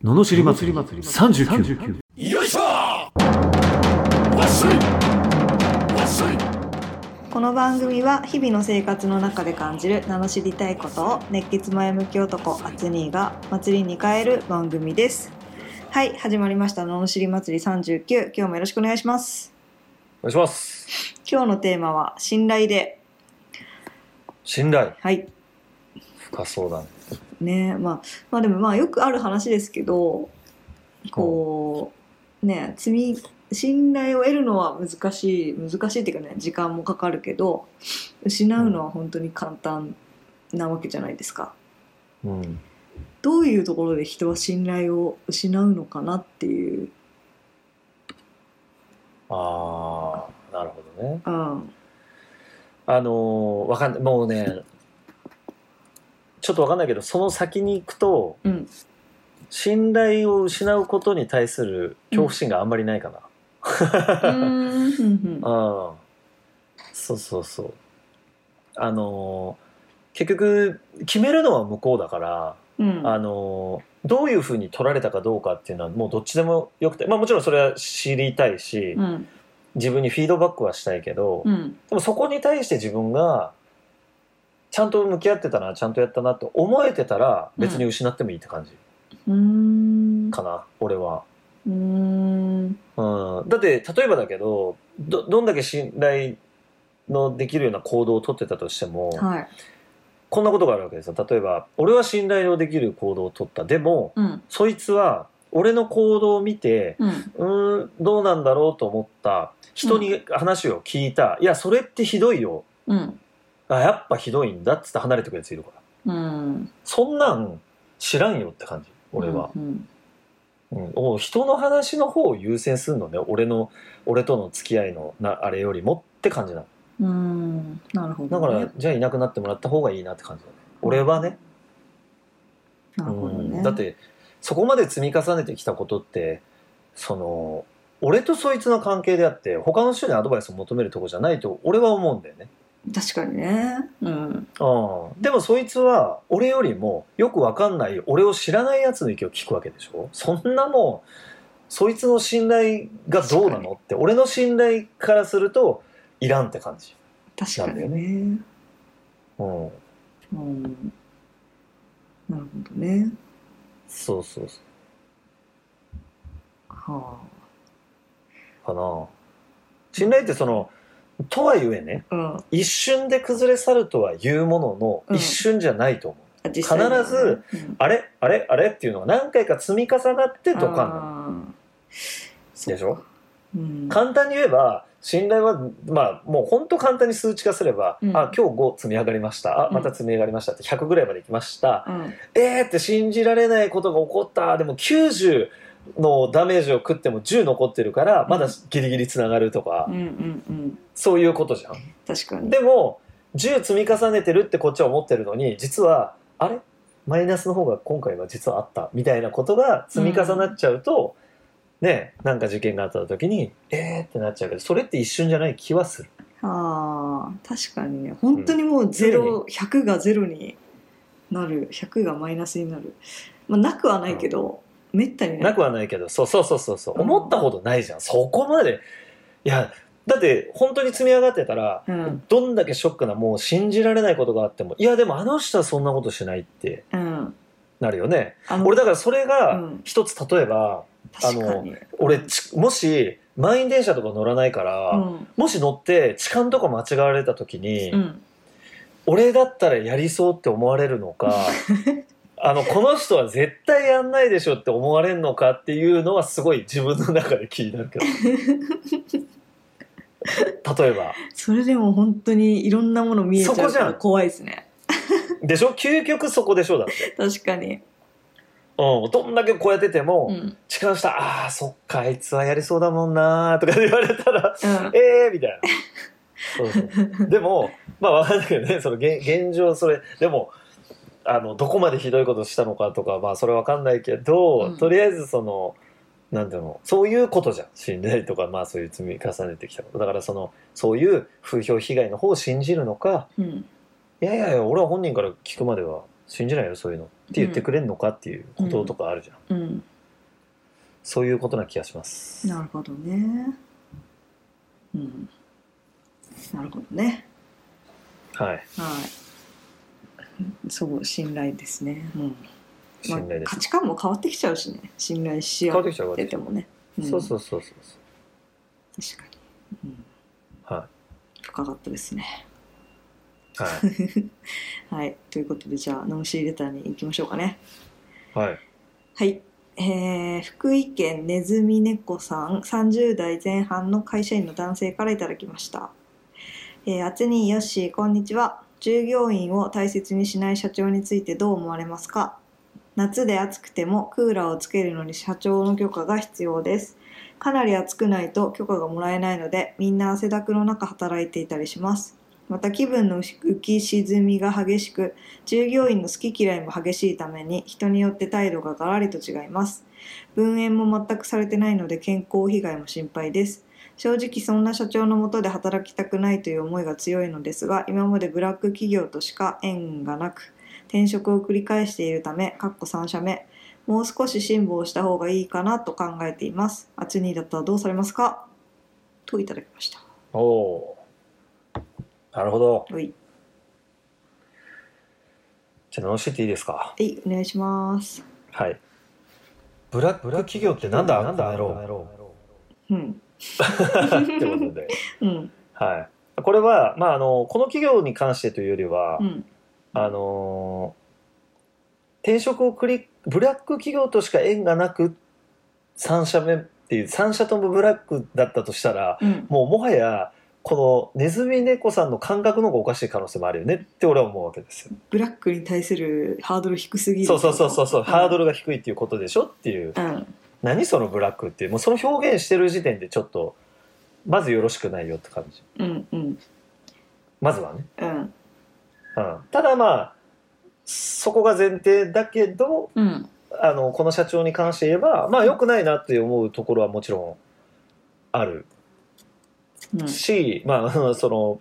ののしり祭り39。 よいしょわっしょいわっしょい。 この番組は日々の生活の中で感じる名の知りたいことを熱血前向き男アツニーが祭りに変える番組です。はい、始まりましたののしり祭り39。今日もよろしくお願いします。 お願いします。 今日のテーマは信頼で。 信頼。 はい。 深そうだね。 ね、まあでもよくある話ですけど、こうね、信頼を得るのは難しいっていうかね、時間もかかるけど、失うのは本当に簡単なわけじゃないですか。 うん。 どういうところで人は信頼を失うのかなっていう。 ああ、なるほどね。 うん。 わかんない。もうね、ちょっとわかんないけど、その先に行くと、 うん、 信頼を失うことに対する恐怖心があんまりないかな。そうそうそう。結局決めるのは向こうだから、 うん、 どういうふうに取られたかどうかっていうのはもうどっちでもよくて、まあもちろんそれは知りたいし、 うん、 自分にフィードバックはしたいけど、 うん、 でもそこに対して自分がちゃんと向き合ってたな、ちゃんとやったなと思えてたら別に失ってもいいって感じかな、俺は。だって例えばだけど、どんだけ信頼のできるような行動をとってたとしても、 はい、 こんなことがあるわけですよ。例えば俺は信頼のできる行動をとった。でも、そいつは俺の行動を見て、どうなんだろうと思った。人に話を聞いた。いやそれってひどいよ。やっぱひどいんだっつって離れてくるやついるから、そんなん知らんよって感じ俺は。人の話の方を優先するのね、俺との付き合いのあれよりもって感じなの。 なるほど、 ね、だからじゃあいなくなってもらった方がいいなって感じだね、俺はね。 なるほどね。 だってそこまで積み重ねてきたことって、俺とそいつの関係であって他の人にアドバイスを求めるとこじゃないと俺は思うんだよね。 確かにね。 でもそいつは俺よりもよくわかんない俺を知らないやつの意見を聞くわけでしょ。そんなもんそいつの信頼がどうなのって俺の信頼からするといらんって感じなんだよね。 確かにね。 なるほどね。 そうそうそう。かな。信頼ってとはいえね、一瞬で崩れ去るとは言うものの、一瞬じゃないと思う。必ず、あれっていうのが何回か積み重なってドカンなのでしょ。簡単に言えば信頼はもう本当簡単に数値化すれば、今日5積み上がりました、また積み上がりましたって100ぐらいまでいきました、って信じられないことが起こった。でも90のダメージを食っても10残ってるからまだギリギリつながるとか、そういうことじゃん。 確かに。 でも10積み重ねてるってこっちは思ってるのに、実はあれマイナスの方が今回は実はあったみたいなことが積み重なっちゃうと、なんか事件があった時にってなっちゃうけど、それって一瞬じゃない気はする。 確かにね。本当にもう100が0になる、100がマイナスになる、なくはないけど、めったにない。 なくはないけど、そう、思ったほどないじゃんそこまで。いやだって本当に積み上がってたら、どんだけショックなもう信じられないことがあっても、いやでもあの人はそんなことしないってなるよね。俺だからそれが一つ、例えば俺もし満員電車とか乗らないから、もし乗って痴漢とか間違われた時に、俺だったらやりそうって思われるのかこの人は絶対やんないでしょって思われるのかっていうのはすごい自分の中で気になるけど例えばそれでも本当にいろんなもの見えちゃうから怖いですねでしょ。究極そこでしょ。だって確かに。 どんだけこうやってても、痴漢したそっかあいつはやりそうだもんなとか言われたら、みたいなそうでも分かんないけどね、現状それでもどこまでひどいことしたのかとかそれ分かんないけど、とりあえずなんていうの、そういうことじゃん信頼とか、そういう積み重ねてきたことだから、そういう風評被害の方を信じるのか、いや俺は本人から聞くまでは信じないよそういうのって言ってくれるのかっていうこととかあるじゃん。 そういうことな気がします。 なるほどね。うん。なるほどね。 はい。 はい。そう信頼ですね。うん。 信頼です。 価値観も変わってきちゃうしね。信頼し合っててもね。 そうそうそうそう。 確かに。うん。 はい。 深かったですね。 はい。 はい。ということでじゃあノンシーレターに行きましょうかね。 はい。 はい。福井県ねずみねこさん30代前半の会社員の男性からいただきました。あつによっしーこんにちは。従業員を大切にしない社長についてどう思われますか？夏で暑くてもクーラーをつけるのに社長の許可が必要です。かなり暑くないと許可がもらえないので、みんな汗だくの中働いていたりします。また気分の浮き沈みが激しく、従業員の好き嫌いも激しいために人によって態度がガラリと違います。分煙も全くされてないので健康被害も心配です。正直そんな社長の下で働きたくないという思いが強いのですが、今までブラック企業としか縁がなく、転職を繰り返しているため、3社目、もう少し辛抱した方がいいかなと考えています。あつにだったらどうされますか？といただきました。 おお。なるほど。 はい。 じゃあ直していいですか？ はい、お願いします。 はい。ブラック企業ってなんだこの野郎。 うん。 ってことで。 うん。 はい。これは、まあ、この企業に関してというよりは、 うん。 転職をブラック企業としか縁がなく3社目っていう3社ともブラックだったとしたら、 うん、 もうもはやこのネズミ猫さんの感覚の方がおかしい可能性もあるよねって俺は思うわけですよ。 ブラックに対するハードル低すぎる。 そう、ハードル。 ルが低いっていうことでしょっていう、 うん、 何そのブラックっていう、もうその表現してる時点でちょっとまずよろしくないよって感じ。 うんうん。 まずはね。 うん。 うん。ただまあそこが前提だけど、 うん、 この社長に関して言えばまあ良くないなって思うところはもちろんあるし、まあその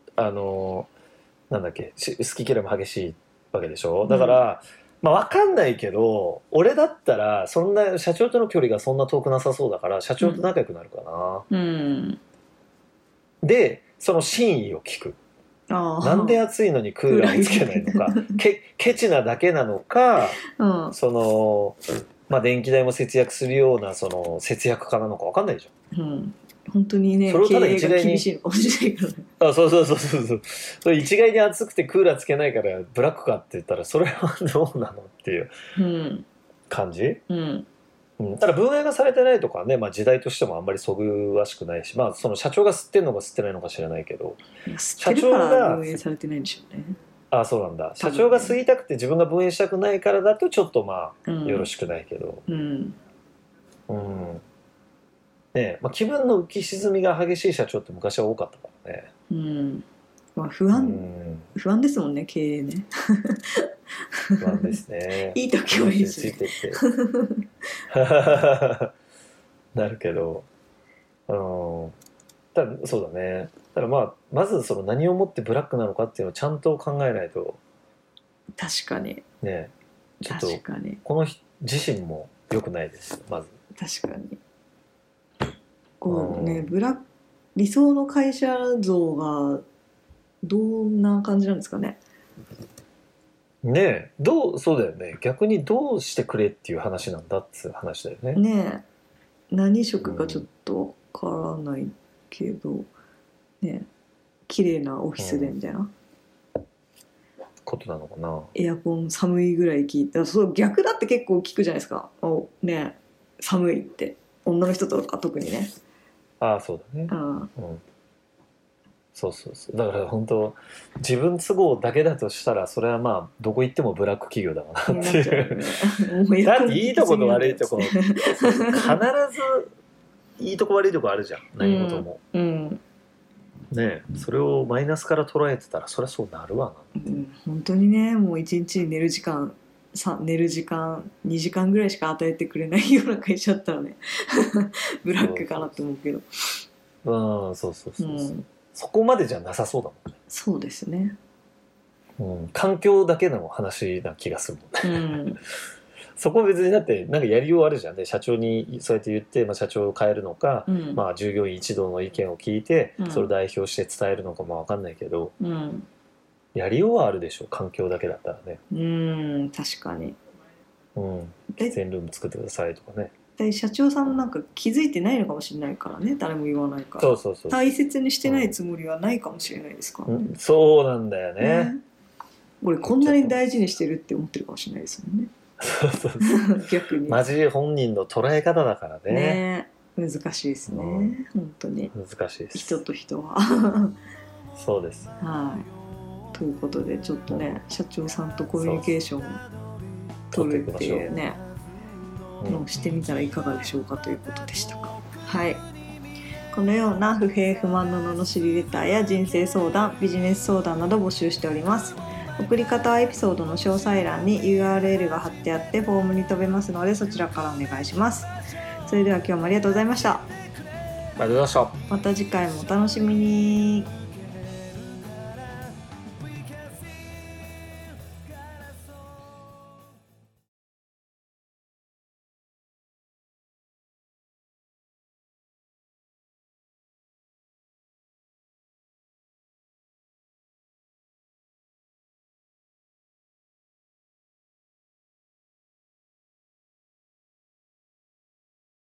なんだっけ、好き嫌いも激しいわけでしょ。だから、まあ分かんないけど俺だったらそんな社長との距離がそんな遠くなさそうだから社長と仲良くなるかな、 うん、 でその真意を聞く。なんで暑いのにクーラーをつけないのかケチなだけなのか、 うん、 そのまあ電気代も節約するようなその節約家なのか分かんないでしょ。 うん、本当にね、 それをただ一概に厳しいのかもしれないからね。 あ、それ一概に暑くてクーラーつけないからブラックかって言ったらそれはどうなのっていう感じ、 うんただ分煙がされてないとかね、まあ、時代としてもあんまりそぐわしくないし、まあ、その社長が吸ってるのか吸ってないのか知らないけど、 社長が分煙されてないんでしょうね。 あ、そうなんだ。社長が吸いたくて自分が分煙したくないからだとちょっとまあ、よろしくないけど、ね、まあ、気分の浮き沈みが激しい社長って昔は多かったからね。 まあ、不安ですもんね、経営ね。 不安ですね。 いい時はいいし、 なるけど、そうだね。だからまあまずその何をもってブラックなのかっていうのをちゃんと考えないと。 確かに。 ね、ちょっとこの人自身も良くないですまず。 確かに。こうね、理想の会社像がどんな感じなんですかね。 ねえ、そうだよね。逆にどうしてくれっていう話なんだっていう話だよね。 ねえ、何色かちょっとわからないけど、ねえ、綺麗なオフィスでみたいな、 ことなのかな。 エアコン寒いぐらい聞いた。そう逆だって結構聞くじゃないですか。ねえ、寒いって女の人とか特にね。 ああ、そうだね。そうだから本当自分都合だけだとしたらそれはまあどこ行ってもブラック企業だなっていうだっていいところと悪いところ必ずいいとこ悪いとこあるじゃん、何事も、ねえ、それをマイナスから捉えてたらそりゃそうなるわな、 本当にね、もう一日に寝る時間2時間ぐらいしか与えてくれないような会社だったらねブラックかなって思うけど、 そう、そこまでじゃなさそうだもんね。 そうですね、 環境だけの話な気がするもんね、 そこ別にだってなんかやりようあるじゃん。で社長にそうやって言って、まあ、社長を変えるのか、 うんまあ、従業員一同の意見を聞いて、 うんそれを代表して伝えるのかも分かんないけど、 うんやりようはあるでしょ、環境だけだったらね。 確かに。 喫煙ルーム作ってくださいとかね。 社長さんもなんか気づいてないのかもしれないからね、誰も言わないから。 そうそうそう。 大切にしてないつもりはないかもしれないですからね。 そうなんだよね。 俺こんなに大事にしてるって思ってるかもしれないですもんね。 そうそうそう逆に。 マジ本人の捉え方だからね。 ね、難しいですね、本当に。 難しいです。 人と人は。 そうです。 はい。ということでちょっとね、社長さんとコミュニケーションを取るっていうね、のをしてみたらいかがでしょうかということでしたか。はい。このような不平不満の罵りレターや人生相談、ビジネス相談など募集しております。送り方はエピソードの詳細欄に URL が貼ってあってフォームに飛べますので、そちらからお願いします。それでは今日もありがとうございました。 ありがとうございました。 また次回もお楽しみに。